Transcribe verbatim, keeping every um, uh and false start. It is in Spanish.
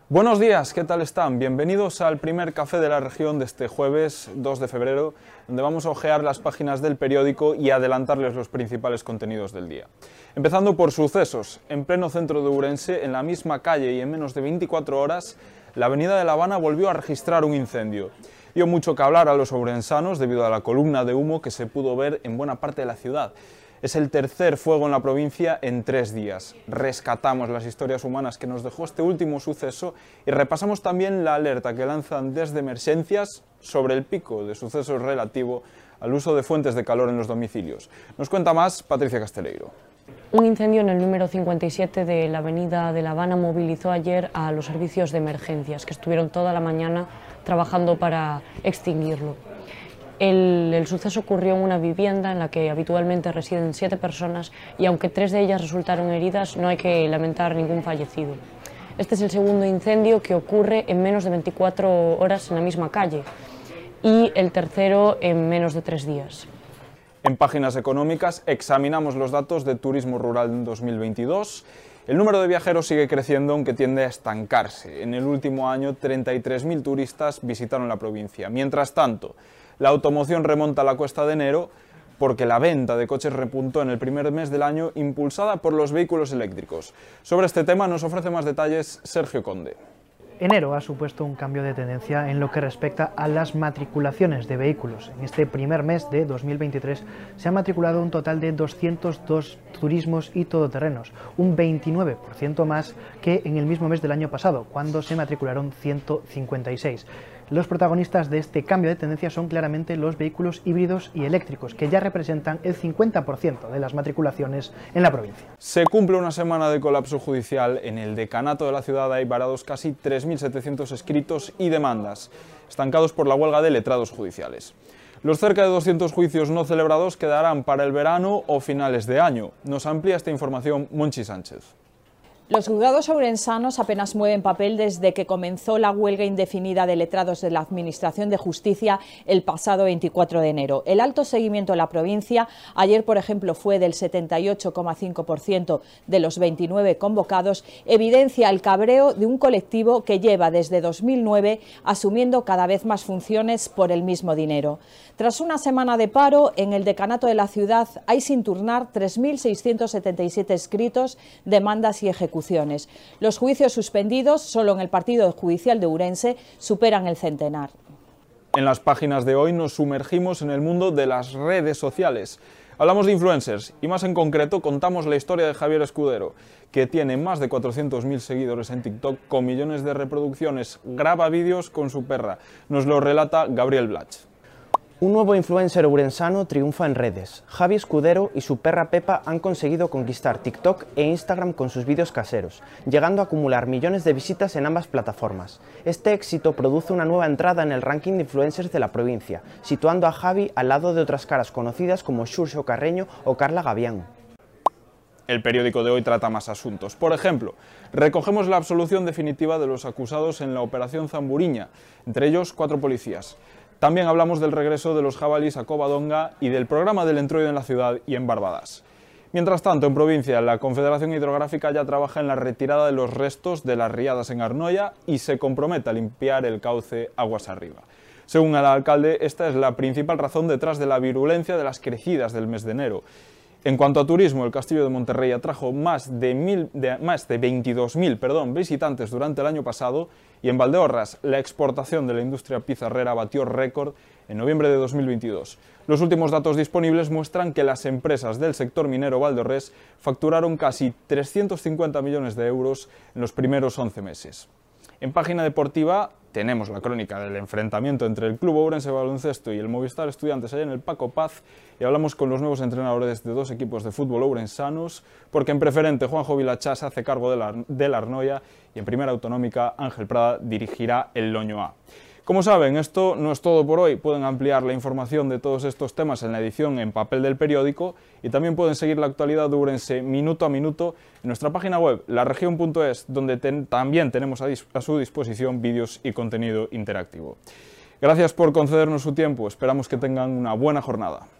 Buenos días, ¿qué tal están? Bienvenidos al primer café de la región de este jueves dos de febrero, donde vamos a hojear las páginas del periódico y adelantarles los principales contenidos del día. Empezando por sucesos. En pleno centro de Ourense, en la misma calle y en menos de veinticuatro horas, la avenida de La Habana volvió a registrar un incendio. Dio mucho que hablar a los ourensanos debido a la columna de humo que se pudo ver en buena parte de la ciudad. Es el tercer fuego en la provincia en tres días. Rescatamos las historias humanas que nos dejó este último suceso y repasamos también la alerta que lanzan desde Emergencias sobre el pico de sucesos relativo al uso de fuentes de calor en los domicilios. Nos cuenta más Patricia Casteleiro. Un incendio en el número cincuenta y siete de la avenida de La Habana movilizó ayer a los servicios de emergencias, que estuvieron toda la mañana trabajando para extinguirlo. El, el suceso ocurrió en una vivienda en la que habitualmente residen siete personas y aunque tres de ellas resultaron heridas, no hay que lamentar ningún fallecido. Este es el segundo incendio que ocurre en menos de veinticuatro horas en la misma calle y el tercero en menos de tres días. En páginas económicas examinamos los datos de turismo rural en dos mil veintidós. El número de viajeros sigue creciendo, aunque tiende a estancarse. En el último año, treinta y tres mil turistas visitaron la provincia. Mientras tanto, la automoción remonta a la cuesta de enero porque la venta de coches repuntó en el primer mes del año, impulsada por los vehículos eléctricos. Sobre este tema nos ofrece más detalles Sergio Conde. Enero ha supuesto un cambio de tendencia en lo que respecta a las matriculaciones de vehículos. En este primer mes de dos mil veintitrés se han matriculado un total de doscientos dos turismos y todoterrenos, un veintinueve por ciento más que en el mismo mes del año pasado, cuando se matricularon ciento cincuenta y seis. Los protagonistas de este cambio de tendencia son claramente los vehículos híbridos y eléctricos, que ya representan el cincuenta por ciento de las matriculaciones en la provincia. Se cumple una semana de colapso judicial. En el decanato de la ciudad hay varados casi tres mil setecientos escritos y demandas, estancados por la huelga de letrados judiciales. Los cerca de doscientos juicios no celebrados quedarán para el verano o finales de año. Nos amplía esta información Monchi Sánchez. Los juzgados ourensanos apenas mueven papel desde que comenzó la huelga indefinida de letrados de la Administración de Justicia el pasado veinticuatro de enero. El alto seguimiento en la provincia ayer, por ejemplo, fue del setenta y ocho coma cinco por ciento de los veintinueve convocados, evidencia el cabreo de un colectivo que lleva desde dos mil nueve asumiendo cada vez más funciones por el mismo dinero. Tras una semana de paro, en el decanato de la ciudad hay sin turnar tres mil seiscientos setenta y siete escritos, demandas y ejecuciones. Los juicios suspendidos, solo en el partido judicial de Ourense, superan el centenar. En las páginas de hoy nos sumergimos en el mundo de las redes sociales. Hablamos de influencers y más en concreto contamos la historia de Javier Escudero, que tiene más de cuatrocientos mil seguidores en TikTok con millones de reproducciones. Graba vídeos con su perra. Nos lo relata Gabriel Blach. Un nuevo influencer ourensano triunfa en redes. Javi Escudero y su perra Pepa han conseguido conquistar TikTok e Instagram con sus vídeos caseros, llegando a acumular millones de visitas en ambas plataformas. Este éxito produce una nueva entrada en el ranking de influencers de la provincia, situando a Javi al lado de otras caras conocidas como Xurxo Carreño o Carla Gavián. El periódico de hoy trata más asuntos. Por ejemplo, recogemos la absolución definitiva de los acusados en la Operación Zamburiña, entre ellos cuatro policías. También hablamos del regreso de los jabalíes a Covadonga y del programa del Entroido en la ciudad y en Barbadas. Mientras tanto, en provincia, la Confederación Hidrográfica ya trabaja en la retirada de los restos de las riadas en Arnoia y se compromete a limpiar el cauce aguas arriba. Según el alcalde, esta es la principal razón detrás de la virulencia de las crecidas del mes de enero. En cuanto a turismo, el Castillo de Monterrey atrajo más de, mil, de, más de veintidós mil perdón, visitantes durante el año pasado y en Valdeorras la exportación de la industria pizarrera batió récord en noviembre de dos mil veintidós. Los últimos datos disponibles muestran que las empresas del sector minero valdeorrés facturaron casi trescientos cincuenta millones de euros en los primeros once meses. En página deportiva tenemos la crónica del enfrentamiento entre el Club Ourense Baloncesto y el Movistar Estudiantes allá en el Paco Paz y hablamos con los nuevos entrenadores de dos equipos de fútbol ourensanos, porque en preferente Juanjo Vilachá se hace cargo de la, de la Arnoia y en primera autonómica Ángel Prada dirigirá el Loño A. Como saben, esto no es todo por hoy. Pueden ampliar la información de todos estos temas en la edición en papel del periódico y también pueden seguir la actualidad de Ourense minuto a minuto en nuestra página web, laregion punto es, donde ten, también tenemos a, a su disposición vídeos y contenido interactivo. Gracias por concedernos su tiempo. Esperamos que tengan una buena jornada.